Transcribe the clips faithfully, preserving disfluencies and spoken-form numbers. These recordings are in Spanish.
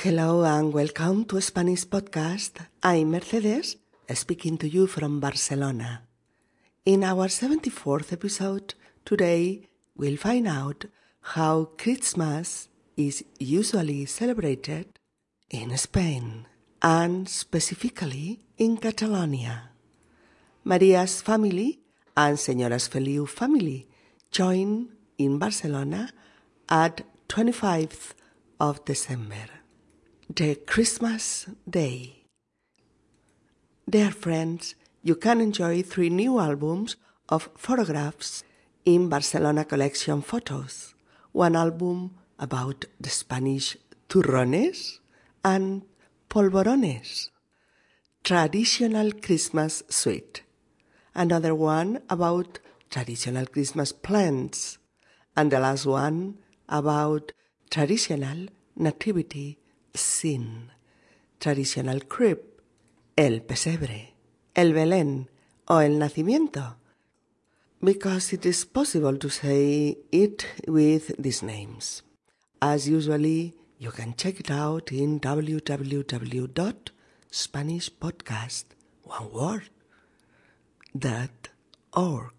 Hello and welcome to Spanish Podcast. I'm Mercedes, speaking to you from Barcelona. In our seventy-fourth episode, today we'll find out how Christmas is usually celebrated in Spain, and specifically in Catalonia. Maria's family and Señora's Feliu family join in Barcelona at twenty-fifth of December, the Christmas day. Dear friends, you can enjoy three new albums of photographs in Barcelona Collection Photos. One album about the Spanish turrones and polvorones, traditional Christmas sweet. Another one about traditional Christmas plants. And the last one about traditional nativity scene, traditional crib, el pesebre, el Belén o el nacimiento, because it is possible to say it with these names. As usually, you can check it out in w w w dot spanish podcast, one word, dot org.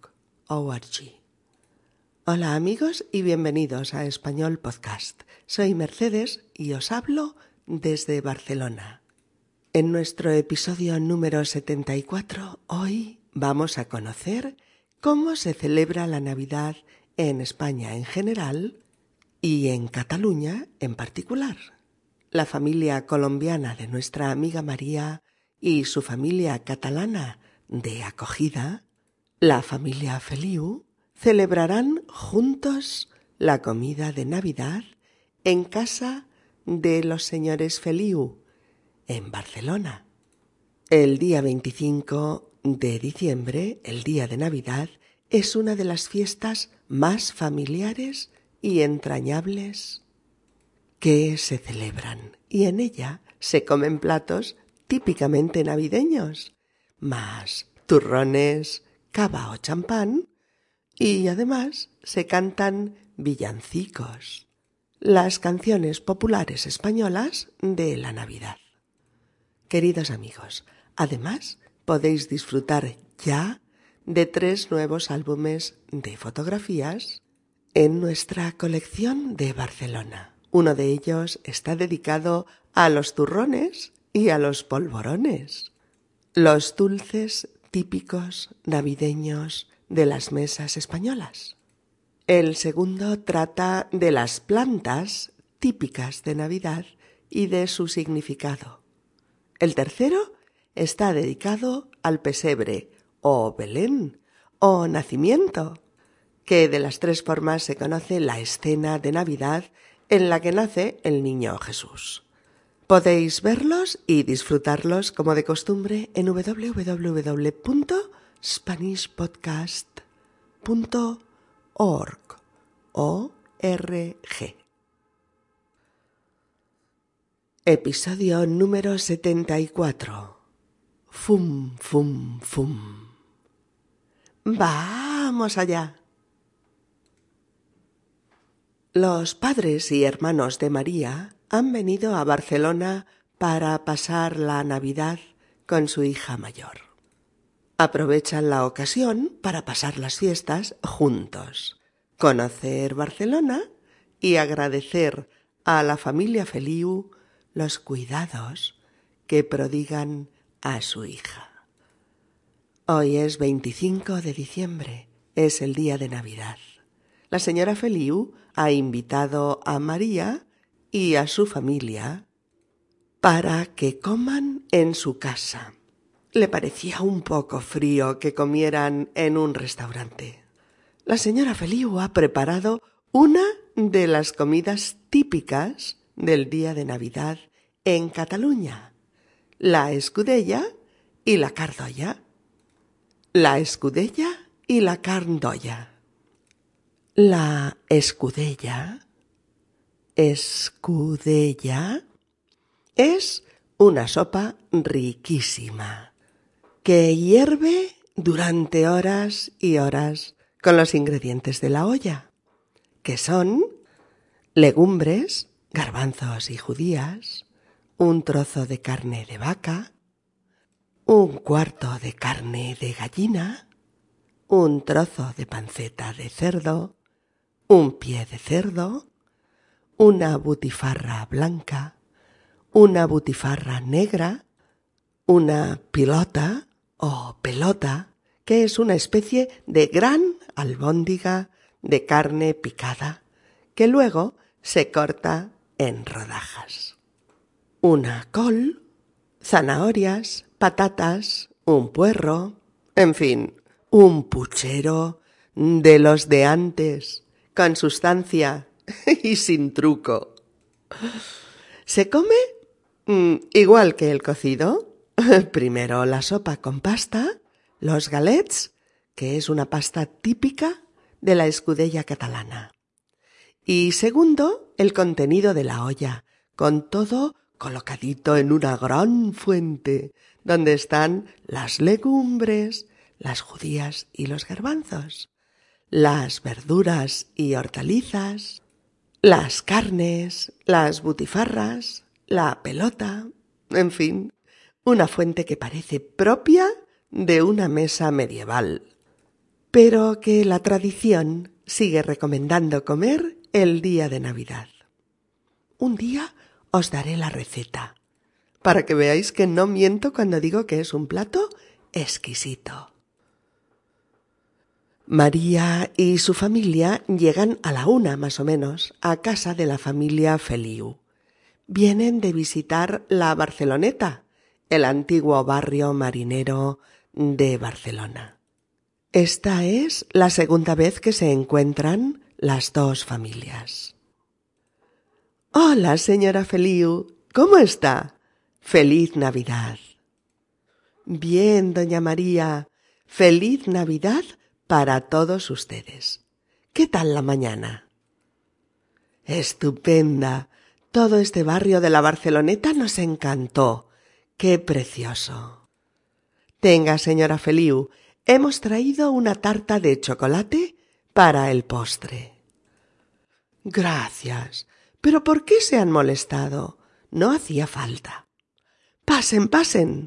Hola amigos y bienvenidos a Español Podcast. Soy Mercedes y os hablo desde Barcelona. En nuestro episodio número setenta y cuatro, hoy vamos a conocer cómo se celebra la Navidad en España en general y en Cataluña en particular. La familia colombiana de nuestra amiga María y su familia catalana de acogida, la familia Feliu, celebrarán juntos la comida de Navidad en casa de los señores Feliu, en Barcelona. El día veinticinco de diciembre, el día de Navidad, es una de las fiestas más familiares y entrañables que se celebran, y en ella se comen platos típicamente navideños, más turrones, cava o champán, y además se cantan villancicos, las canciones populares españolas de la Navidad. Queridos amigos, además podéis disfrutar ya de tres nuevos álbumes de fotografías en nuestra colección de Barcelona. Uno de ellos está dedicado a los turrones y a los polvorones, los dulces típicos navideños de las mesas españolas. El segundo trata de las plantas típicas de Navidad y de su significado. El tercero está dedicado al pesebre o Belén o nacimiento, que de las tres formas se conoce la escena de Navidad en la que nace el niño Jesús. Podéis verlos y disfrutarlos como de costumbre en w w w punto spanish podcast punto org. Episodio número setenta y cuatro. Fum, fum, fum. ¡Vamos allá! Los padres y hermanos de María han venido a Barcelona para pasar la Navidad con su hija mayor. Aprovechan la ocasión para pasar las fiestas juntos, conocer Barcelona y agradecer a la familia Feliu los cuidados que prodigan a su hija. Hoy es veinticinco de diciembre, es el día de Navidad. La señora Feliu ha invitado a María y a su familia para que coman en su casa. Le parecía un poco frío que comieran en un restaurante. La señora Feliu ha preparado una de las comidas típicas del día de Navidad en Cataluña, la escudella y la carn-d'olla. La escudella y la carn-d'olla. La escudella, escudella, es una sopa riquísima que hierve durante horas y horas con los ingredientes de la olla, que son legumbres, garbanzos y judías, un trozo de carne de vaca, un cuarto de carne de gallina, un trozo de panceta de cerdo, un pie de cerdo, una butifarra blanca, una butifarra negra, una pilota o pelota, que es una especie de gran albóndiga de carne picada, que luego se corta en rodajas. Una col, zanahorias, patatas, un puerro, en fin, un puchero de los de antes, con sustancia y sin truco. ¿Se come? Mm, igual que el cocido. Primero la sopa con pasta, los galets, que es una pasta típica de la escudella catalana. Y segundo, el contenido de la olla, con todo colocadito en una gran fuente, donde están las legumbres, las judías y los garbanzos, las verduras y hortalizas, las carnes, las butifarras, la pelota, en fin, una fuente que parece propia de una mesa medieval, pero que la tradición sigue recomendando comer el día de Navidad. Un día os daré la receta, para que veáis que no miento cuando digo que es un plato exquisito. María y su familia llegan a la una más o menos a casa de la familia Feliu. Vienen de visitar la Barceloneta, el antiguo barrio marinero de Barcelona. Esta es la segunda vez que se encuentran las dos familias. Hola, señora Feliu, ¿cómo está? ¡Feliz Navidad! Bien, doña María, feliz Navidad para todos ustedes. ¿Qué tal la mañana? Estupenda. Todo este barrio de la Barceloneta nos encantó. ¡Qué precioso! Tenga, señora Feliu, hemos traído una tarta de chocolate para el postre. Gracias. ¿Pero por qué se han molestado? No hacía falta. Pasen, pasen.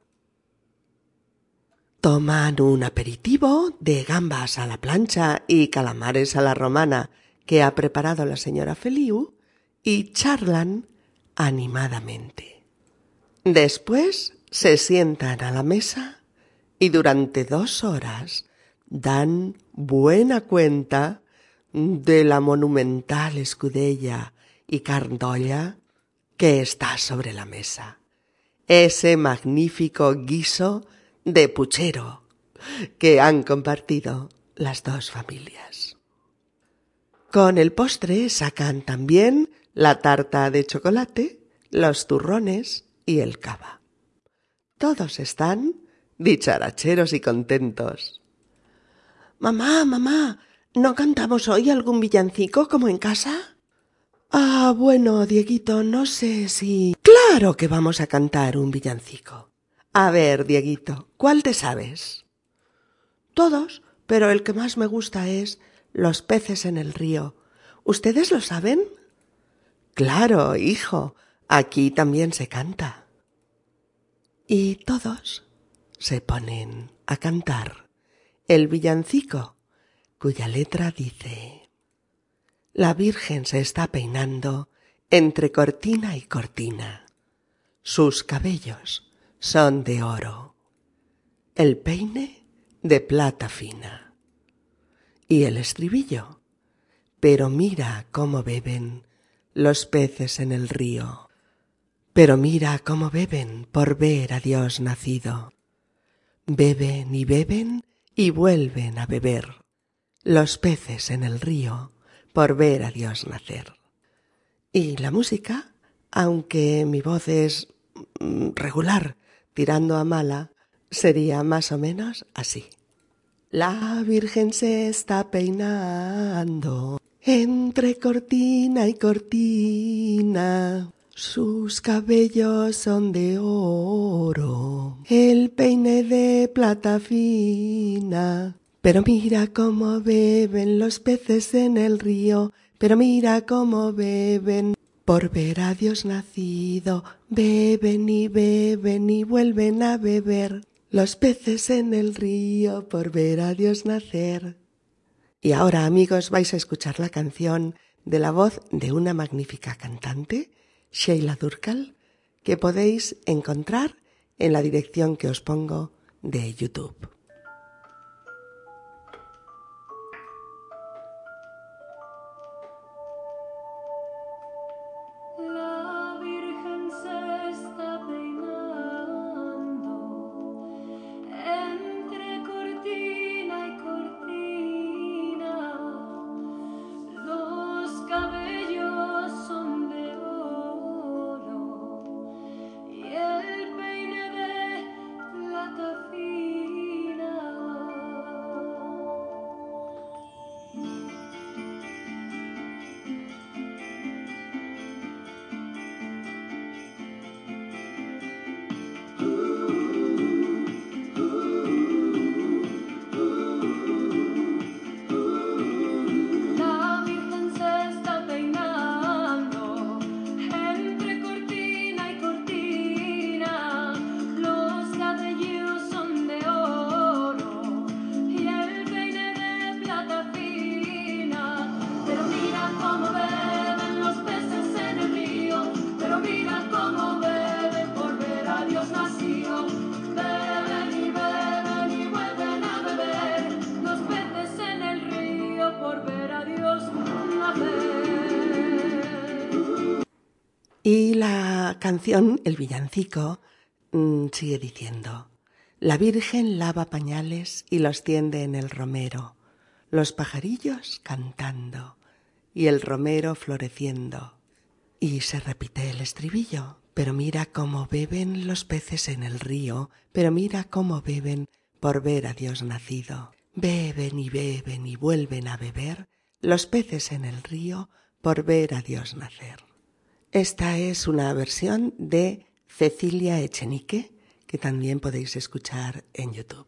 Toman un aperitivo de gambas a la plancha y calamares a la romana que ha preparado la señora Feliu y charlan animadamente. Después se sientan a la mesa y durante dos horas dan buena cuenta de la monumental escudella y carn d'olla que está sobre la mesa. Ese magnífico guiso de puchero que han compartido las dos familias. Con el postre sacan también la tarta de chocolate, los turrones y el cava. Todos están dicharacheros y contentos. Mamá, mamá, ¿no cantamos hoy algún villancico como en casa? Ah, bueno, Dieguito, no sé si... ¡Claro que vamos a cantar un villancico! A ver, Dieguito, ¿cuál te sabes? Todos, pero el que más me gusta es Los peces en el río. ¿Ustedes lo saben? Claro, hijo, aquí también se canta. Y todos se ponen a cantar el villancico, cuya letra dice: La Virgen se está peinando entre cortina y cortina. Sus cabellos son de oro, el peine de plata fina. Y el estribillo: Pero mira cómo beben los peces en el río. Pero mira cómo beben por ver a Dios nacido. Beben y beben y vuelven a beber los peces en el río por ver a Dios nacer. Y la música, aunque mi voz es regular, tirando a mala, sería más o menos así. La Virgen se está peinando entre cortina y cortina. Sus cabellos son de oro, el peine de plata fina. Pero mira cómo beben los peces en el río, pero mira cómo beben. Por ver a Dios nacido, beben y beben y vuelven a beber los peces en el río por ver a Dios nacer. Y ahora, amigos, vais a escuchar la canción de la voz de una magnífica cantante, Sheila Durkal, que podéis encontrar en la dirección que os pongo de YouTube. Y la canción, el villancico, mmm, sigue diciendo: la Virgen lava pañales y los tiende en el romero, los pajarillos cantando y el romero floreciendo. Y se repite el estribillo: pero mira cómo beben los peces en el río, pero mira cómo beben por ver a Dios nacido. Beben y beben y vuelven a beber los peces en el río por ver a Dios nacer. Esta es una versión de Cecilia Echenique, que también podéis escuchar en YouTube.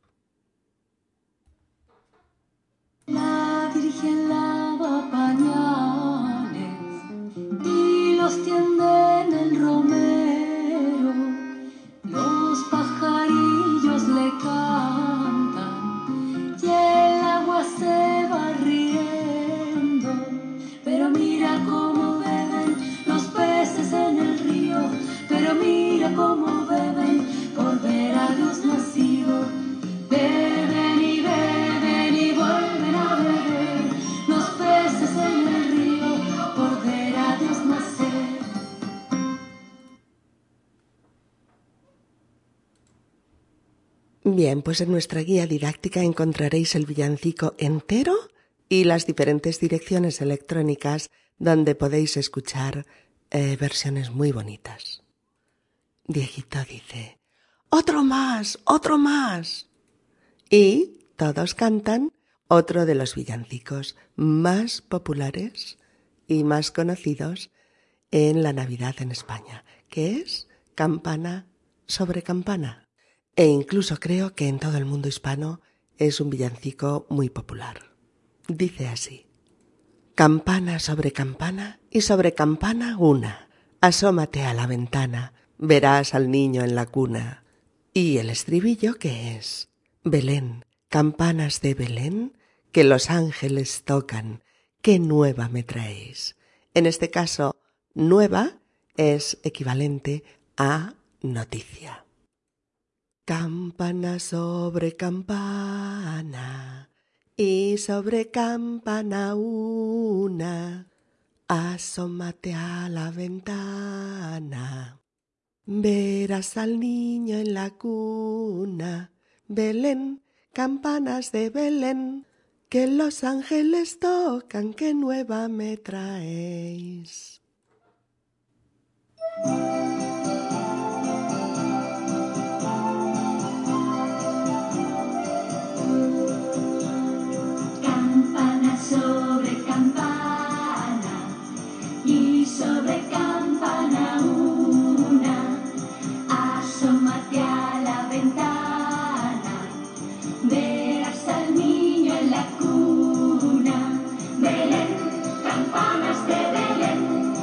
La Virgen lava pañales y los tiende en el romero, los pajarillos le cantan y el agua se va riendo, pero mira cómo beben los peces en el río, pero mira cómo beben por ver a Dios nacido. Beben y beben y vuelven a beber los peces en el río por ver a Dios nacer. Bien, pues en nuestra guía didáctica encontraréis el villancico entero y las diferentes direcciones electrónicas donde podéis escuchar eh, versiones muy bonitas. Dieguito dice: ¡otro más! ¡Otro más! Y todos cantan otro de los villancicos más populares y más conocidos en la Navidad en España, que es Campana sobre Campana. E incluso creo que en todo el mundo hispano es un villancico muy popular. Dice así: campana sobre campana y sobre campana una, asómate a la ventana, verás al niño en la cuna. Y el estribillo, ¿qué es? Belén, campanas de Belén, que los ángeles tocan, ¿qué nueva me traéis? En este caso, nueva es equivalente a noticia. Campana sobre campana y sobre campana una, asómate a la ventana, verás al niño en la cuna. Belén, campanas de Belén, que los ángeles tocan, ¿qué nueva me traéis? Campana sobre campana y sobre campana una, asómate a la ventana, verás al niño en la cuna. Belén, campanas de Belén,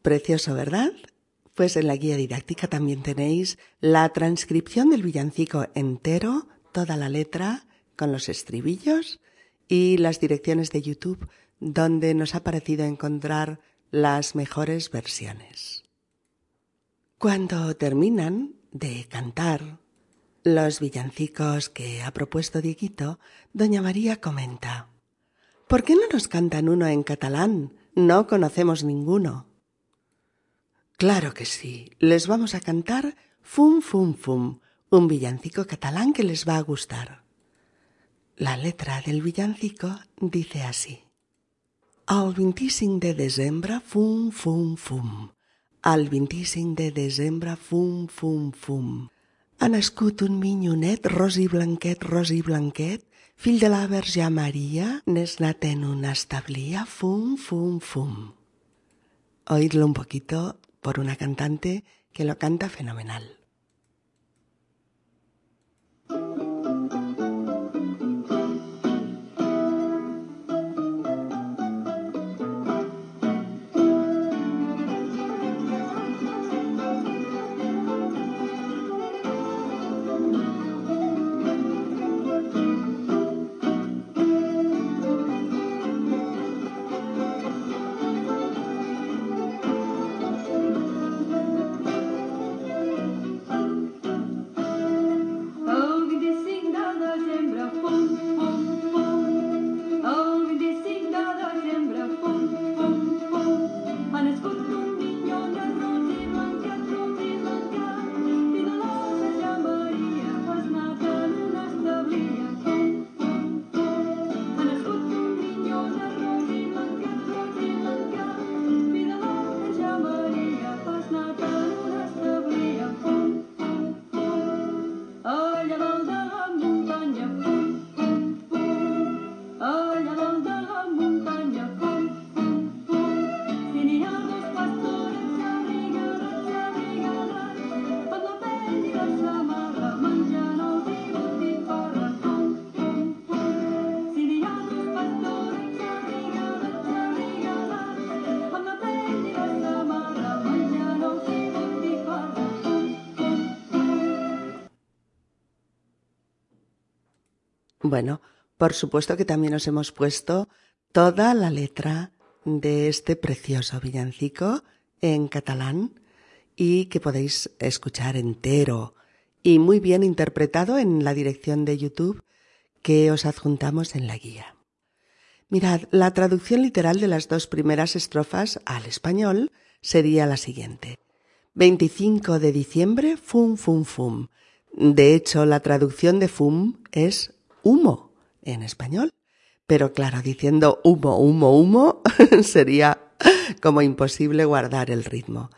Precioso, ¿verdad? Pues en la guía didáctica también tenéis la transcripción del villancico entero, toda la letra, con los estribillos y las direcciones de YouTube donde nos ha parecido encontrar las mejores versiones. Cuando terminan de cantar los villancicos que ha propuesto Dieguito, doña María comenta: ¿por qué no nos cantan uno en catalán? No conocemos ninguno. Claro que sí, les vamos a cantar Fum Fum Fum, un villancico catalán que les va a gustar. La letra del villancico dice así: el vint-i-cinc de desembre, fum, fum, fum. El vint-i-cinc de desembre, fum, fum, fum. Ha nascut un minyonet, ros i blanquet, ros i blanquet, fill de la Verge Maria, n'és nat en una establia, fum, fum, fum. Oídlo un poquito por una cantante que lo canta fenomenal. Bueno, por supuesto que también os hemos puesto toda la letra de este precioso villancico en catalán y que podéis escuchar entero y muy bien interpretado en la dirección de YouTube que os adjuntamos en la guía. Mirad, la traducción literal de las dos primeras estrofas al español sería la siguiente: veinticinco de diciembre, fum, fum, fum. De hecho, la traducción de fum es humo en español, pero claro, diciendo humo, humo, humo sería como imposible guardar el ritmo.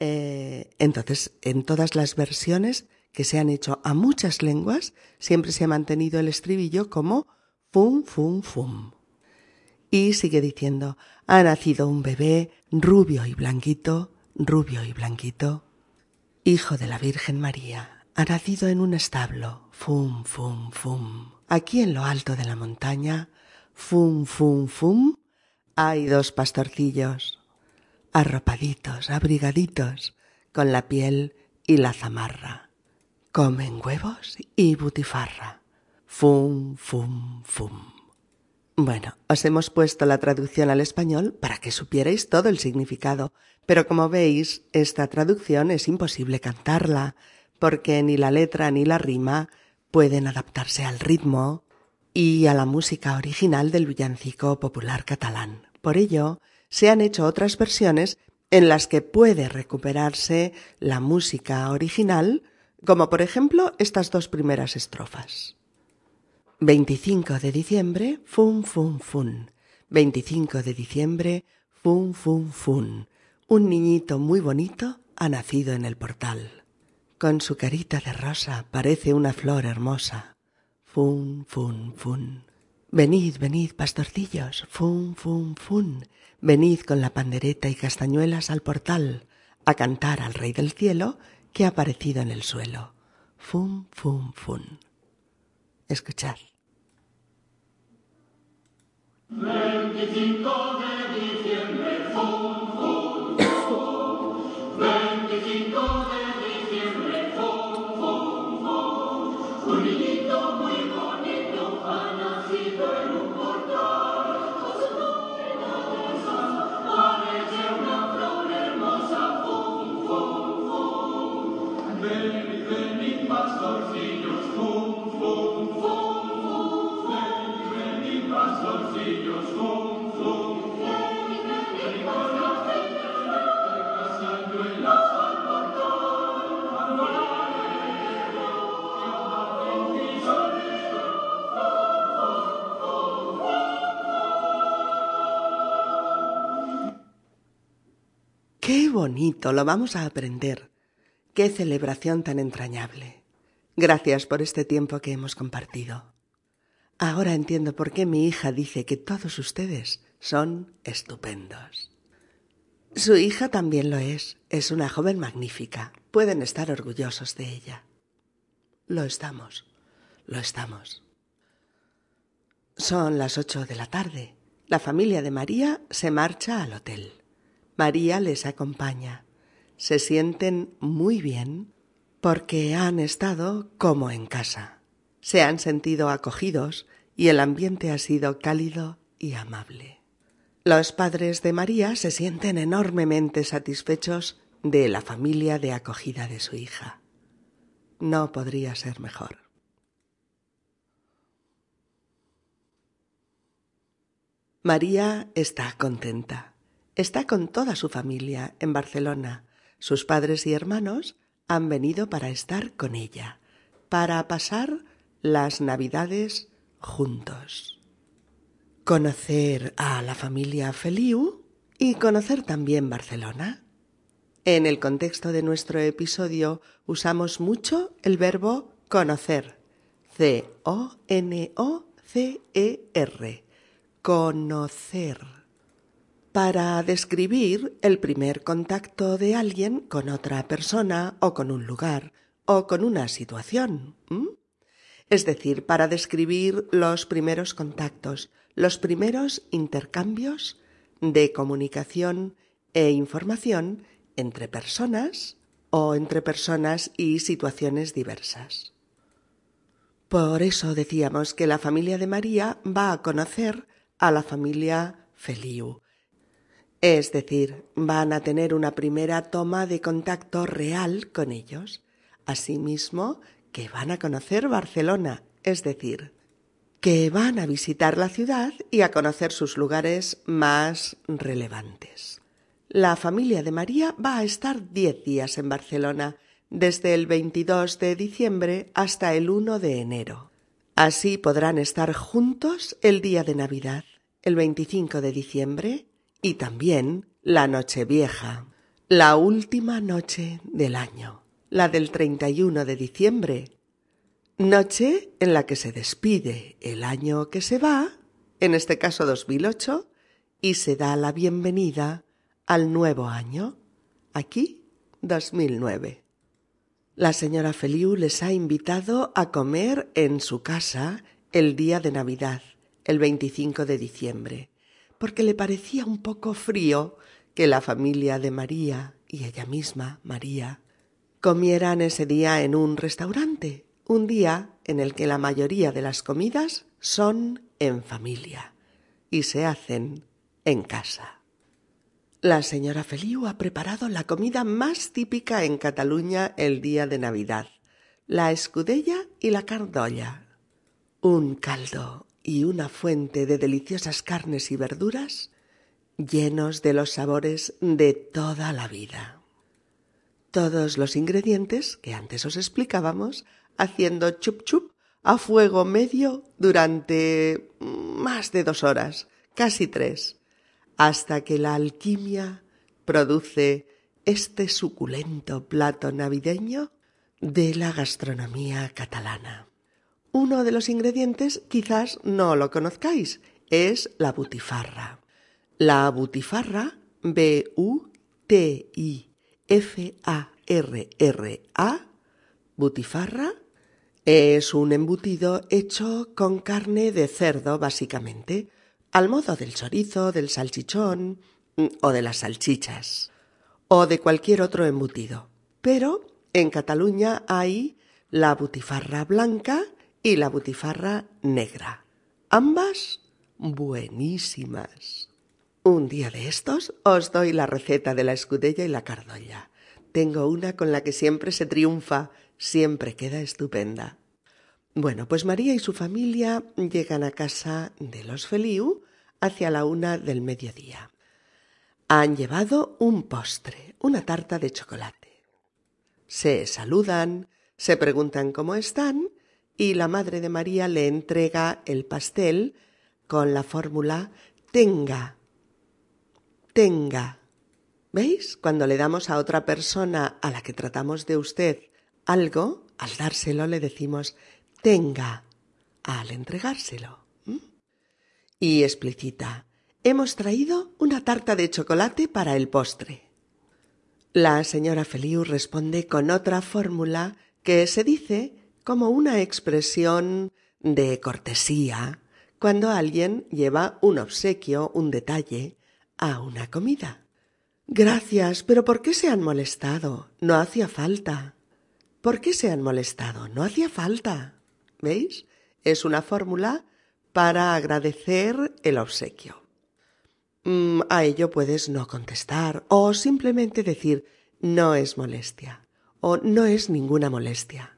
Eh, entonces, en todas las versiones que se han hecho a muchas lenguas, siempre se ha mantenido el estribillo como fum, fum, fum. Y sigue diciendo: ha nacido un bebé rubio y blanquito, rubio y blanquito, hijo de la Virgen María, ha nacido en un establo, fum, fum, fum. Aquí en lo alto de la montaña, fum, fum, fum, hay dos pastorcillos, arropaditos, abrigaditos, con la piel y la zamarra. Comen huevos y butifarra, fum, fum, fum. Bueno, os hemos puesto la traducción al español para que supierais todo el significado, pero como veis, esta traducción es imposible cantarla, porque ni la letra ni la rima pueden adaptarse al ritmo y a la música original del villancico popular catalán. Por ello, se han hecho otras versiones en las que puede recuperarse la música original, como por ejemplo estas dos primeras estrofas. veinticinco de diciembre, fum, fum, fun. veinticinco de diciembre, fum, fum, fun. Un niñito muy bonito ha nacido en el portal. Con su carita de rosa parece una flor hermosa. Fum, fum, fun. Venid, venid, pastorcillos, fum, fum, fun. Venid con la pandereta y castañuelas al portal, a cantar al Rey del Cielo que ha aparecido en el suelo. Fum, fum, fun. Escuchad. veinticinco de diciembre, fum, fum, fum. ¡Qué bonito! Lo vamos a aprender. ¡Qué celebración tan entrañable! Gracias por este tiempo que hemos compartido. Ahora entiendo por qué mi hija dice que todos ustedes son estupendos. Su hija también lo es. Es una joven magnífica. Pueden estar orgullosos de ella. Lo estamos. Lo estamos. Son las ocho de la tarde. La familia de María se marcha al hotel. María les acompaña. Se sienten muy bien porque han estado como en casa. Se han sentido acogidos y el ambiente ha sido cálido y amable. Los padres de María se sienten enormemente satisfechos de la familia de acogida de su hija. No podría ser mejor. María está contenta. Está con toda su familia en Barcelona. Sus padres y hermanos han venido para estar con ella, para pasar las Navidades juntos. Conocer a la familia Feliu y conocer también Barcelona. En el contexto de nuestro episodio usamos mucho el verbo conocer. C O N O C E R. Conocer. Para describir el primer contacto de alguien con otra persona o con un lugar o con una situación. ¿Mm? Es decir, para describir los primeros contactos, los primeros intercambios de comunicación e información entre personas o entre personas y situaciones diversas. Por eso decíamos que la familia de María va a conocer a la familia Feliu. Es decir, van a tener una primera toma de contacto real con ellos. Asimismo, que van a conocer Barcelona, es decir, que van a visitar la ciudad y a conocer sus lugares más relevantes. La familia de María va a estar diez días en Barcelona, desde el veintidós de diciembre hasta el uno de enero. Así podrán estar juntos el día de Navidad, el veinticinco de diciembre, y también la Nochevieja, la última noche del año, la del treinta y uno de diciembre, noche en la que se despide el año que se va, en este caso dos mil ocho, y se da la bienvenida al nuevo año, aquí dos mil nueve. La señora Feliu les ha invitado a comer en su casa el día de Navidad, el veinticinco de diciembre, porque le parecía un poco frío que la familia de María y ella misma, María, comieran ese día en un restaurante, un día en el que la mayoría de las comidas son en familia y se hacen en casa. La señora Feliu ha preparado la comida más típica en Cataluña el día de Navidad, la escudella y la cardolla. Un caldo y una fuente de deliciosas carnes y verduras llenos de los sabores de toda la vida. Todos los ingredientes que antes os explicábamos, haciendo chup chup a fuego medio durante más de dos horas, casi tres, hasta que la alquimia produce este suculento plato navideño de la gastronomía catalana. Uno de los ingredientes quizás no lo conozcáis, es la butifarra. La butifarra, B U T I F A R R A, butifarra, es un embutido hecho con carne de cerdo básicamente, al modo del chorizo, del salchichón o de las salchichas, o de cualquier otro embutido. Pero en Cataluña hay la butifarra blanca y la butifarra negra. Ambas buenísimas. Un día de estos os doy la receta de la escudella y la cardolla. Tengo una con la que siempre se triunfa, siempre queda estupenda. Bueno, pues María y su familia llegan a casa de los Feliu hacia la una del mediodía. Han llevado un postre, una tarta de chocolate. Se saludan, se preguntan cómo están y la madre de María le entrega el pastel con la fórmula tenga, tenga. ¿Veis? Cuando le damos a otra persona a la que tratamos de usted algo, al dárselo le decimos tenga al entregárselo. ¿Mm? Y explicita, hemos traído una tarta de chocolate para el postre. La señora Feliu responde con otra fórmula que se dice como una expresión de cortesía cuando alguien lleva un obsequio, un detalle, a una comida. Gracias, pero ¿por qué se han molestado? No hacía falta. ¿Por qué se han molestado? No hacía falta. ¿Veis? Es una fórmula para agradecer el obsequio. Mm, a ello puedes no contestar o simplemente decir no es molestia o no es ninguna molestia.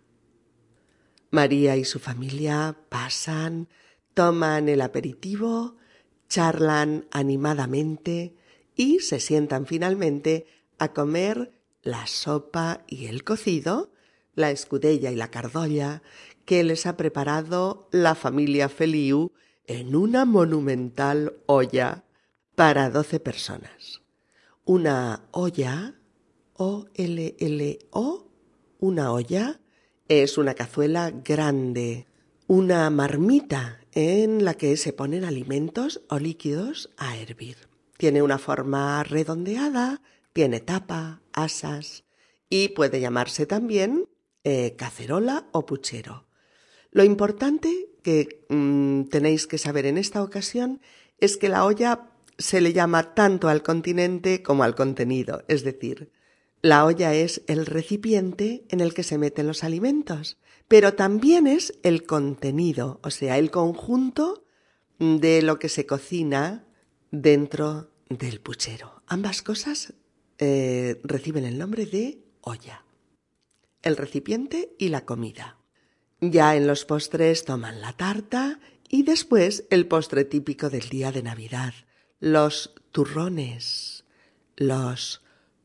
María y su familia pasan, toman el aperitivo, charlan animadamente y se sientan finalmente a comer la sopa y el cocido, la escudella y la cardolla que les ha preparado la familia Feliu en una monumental olla para doce personas. Una olla, O L L O, una olla, es una cazuela grande, una marmita en la que se ponen alimentos o líquidos a hervir. Tiene una forma redondeada, tiene tapa, asas y puede llamarse también eh, cacerola o puchero. Lo importante que mmm, tenéis que saber en esta ocasión es que la olla se le llama tanto al continente como al contenido, es decir, la olla es el recipiente en el que se meten los alimentos, pero también es el contenido, o sea, el conjunto de lo que se cocina dentro del puchero. Ambas cosas eh, reciben el nombre de olla, el recipiente y la comida. Ya en los postres toman la tarta y después el postre típico del día de Navidad, los turrones, los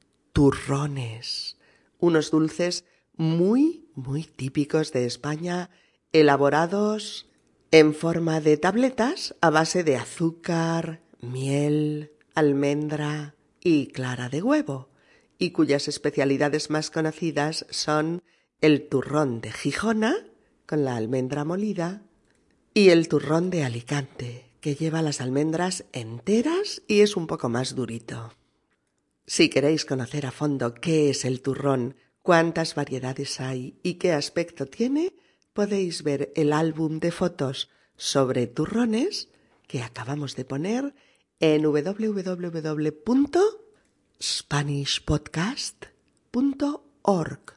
turrones, unos dulces muy, muy típicos de España, elaborados en forma de tabletas a base de azúcar, miel, almendra y clara de huevo, y cuyas especialidades más conocidas son el turrón de Gijona, con la almendra molida, y el turrón de Alicante, que lleva las almendras enteras y es un poco más durito. Si queréis conocer a fondo qué es el turrón, cuántas variedades hay y qué aspecto tiene, podéis ver el álbum de fotos sobre turrones que acabamos de poner en doble u doble u doble u punto spanish podcast punto org.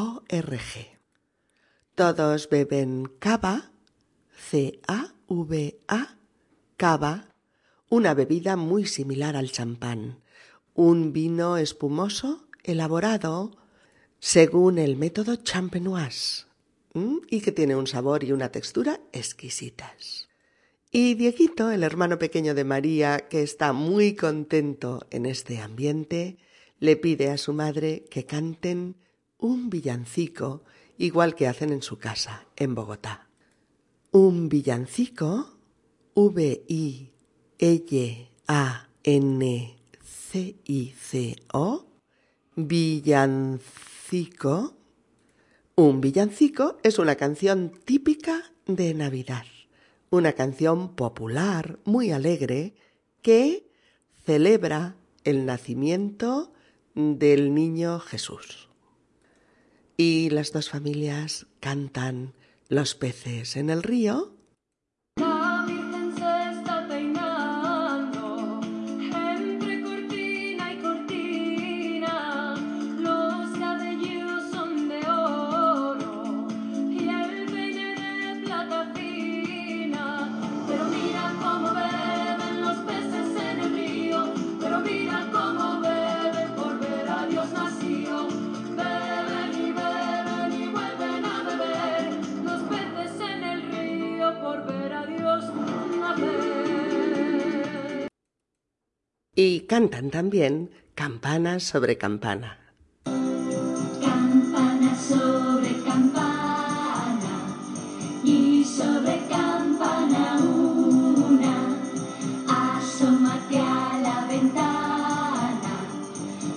Todos beben cava, C A V A, cava, una bebida muy similar al champán, un vino espumoso elaborado según el método champenoise ¿m? y que tiene un sabor y una textura exquisitas. Y Dieguito, el hermano pequeño de María, que está muy contento en este ambiente, le pide a su madre que canten un villancico igual que hacen en su casa, en Bogotá. Un villancico, V I L A N C I C O, villancico. Un villancico es una canción típica de Navidad, una canción popular, muy alegre, que celebra el nacimiento del niño Jesús. Y las dos familias cantan Los peces en el río. La Virgen se está peinando entre cortina y cortina. Los cabellos son de oro y el peine de plata fina. Pero mira cómo beben los peces en el río. Pero mira cómo beben por ver a Dios nacido. Beben y beben y vuelven a beber los peces en el río por ver a Dios nacer. Y cantan también Campana sobre campana. Campana sobre campana y sobre campana una, asómate a la ventana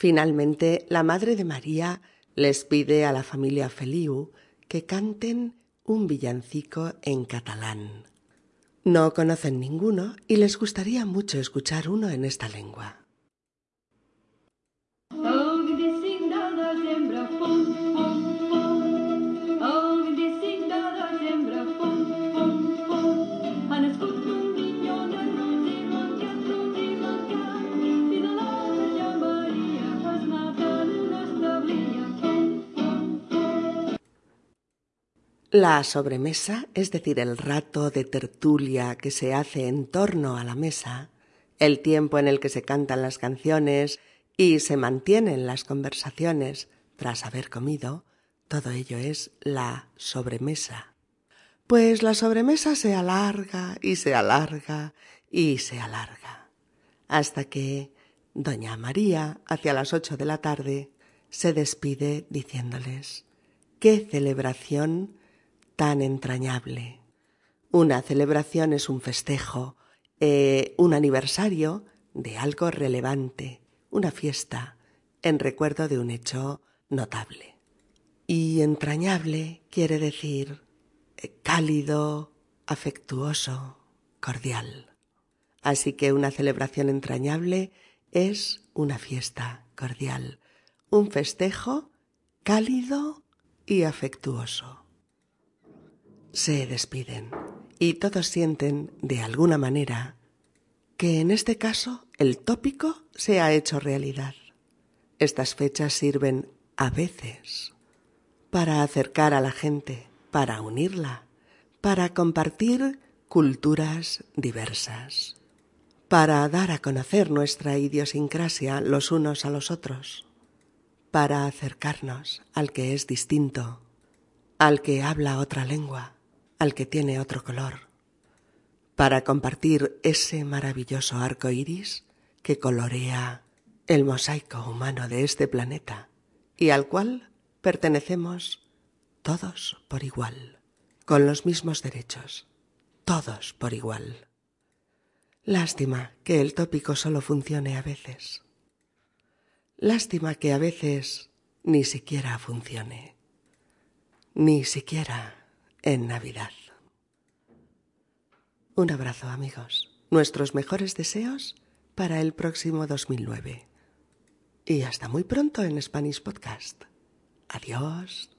Finalmente, la Madre de María les pide a la familia Feliu que canten un villancico en catalán. No conocen ninguno y les gustaría mucho escuchar uno en esta lengua. El vint-i-cinc de desembre, pum, pum, pum. El vint-i-cinc de desembre, pum, pum, pum. Ha nascut un niño negros i blanquet, tots i blanquet. I de la Verge Maria es Nadal establia, pum, pum, pum. La sobremesa, es decir, el rato de tertulia que se hace en torno a la mesa, el tiempo en el que se cantan las canciones y se mantienen las conversaciones tras haber comido, todo ello es la sobremesa. Pues la sobremesa se alarga y se alarga y se alarga, hasta que doña María, hacia las ocho de la tarde, se despide diciéndoles: ¡qué celebración tan entrañable! Una celebración es un festejo, eh, un aniversario de algo relevante, una fiesta en recuerdo de un hecho notable. Y entrañable quiere decir eh, cálido, afectuoso, cordial. Así que una celebración entrañable es una fiesta cordial, un festejo cálido y afectuoso. Se despiden y todos sienten, de alguna manera, que en este caso el tópico se ha hecho realidad. Estas fechas sirven a veces para acercar a la gente, para unirla, para compartir culturas diversas, para dar a conocer nuestra idiosincrasia los unos a los otros, para acercarnos al que es distinto, al que habla otra lengua, al que tiene otro color, para compartir ese maravilloso arco iris que colorea el mosaico humano de este planeta y al cual pertenecemos todos por igual, con los mismos derechos, todos por igual. Lástima que el tópico solo funcione a veces. Lástima que a veces ni siquiera funcione, ni siquiera en Navidad. Un abrazo, amigos. Nuestros mejores deseos para el próximo dos mil nueve. Y hasta muy pronto en Spanish Podcast. Adiós.